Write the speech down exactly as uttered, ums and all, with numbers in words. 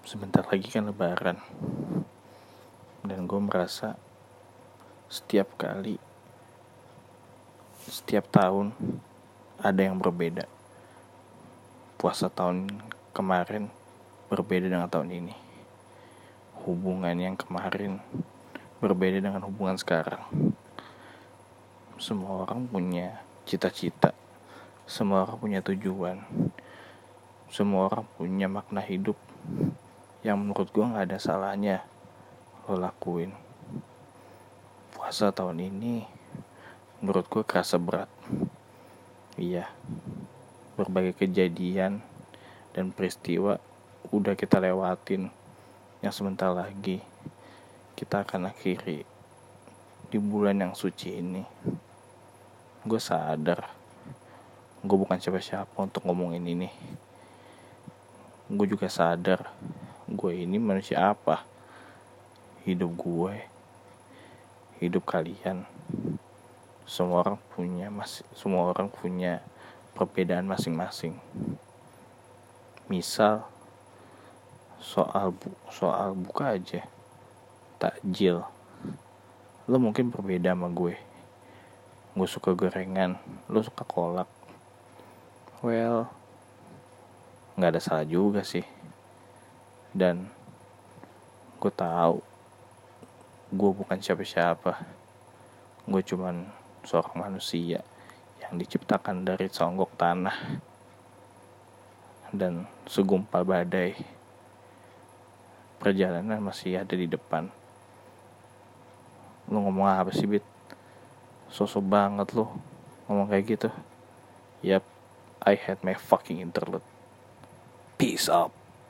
Sebentar lagi kan lebaran, dan gue merasa setiap kali, setiap tahun ada yang berbeda. Puasa tahun kemarin berbeda dengan tahun ini. Hubungan yang kemarin berbeda dengan hubungan sekarang. Semua orang punya cita-cita, semua orang punya tujuan, semua orang punya makna hidup yang menurut gue gak ada salahnya lo lakuin. Puasa tahun ini menurut gue kerasa berat. Iya, berbagai kejadian dan peristiwa udah kita lewatin, yang sebentar lagi kita akan akhiri di bulan yang suci ini. Gue sadar gue bukan siapa-siapa untuk ngomongin ini. Gue juga sadar gue ini manusia apa. Hidup gue, hidup kalian, semua orang punya mas, semua orang punya perbedaan masing-masing. Misal soal bu, soal buka aja, takjil, lo mungkin berbeda sama gue. Gue suka gorengan, lo suka kolak. Well, nggak ada salah juga sih. Dan gue tahu gue bukan siapa-siapa. Gue cuman seorang manusia yang diciptakan dari songgok tanah dan segumpal badai. Perjalanan masih ada di depan. Lu ngomong apa sih, Bit? Sosok banget lu ngomong kayak gitu. Yap, I had my fucking interlude. Peace out.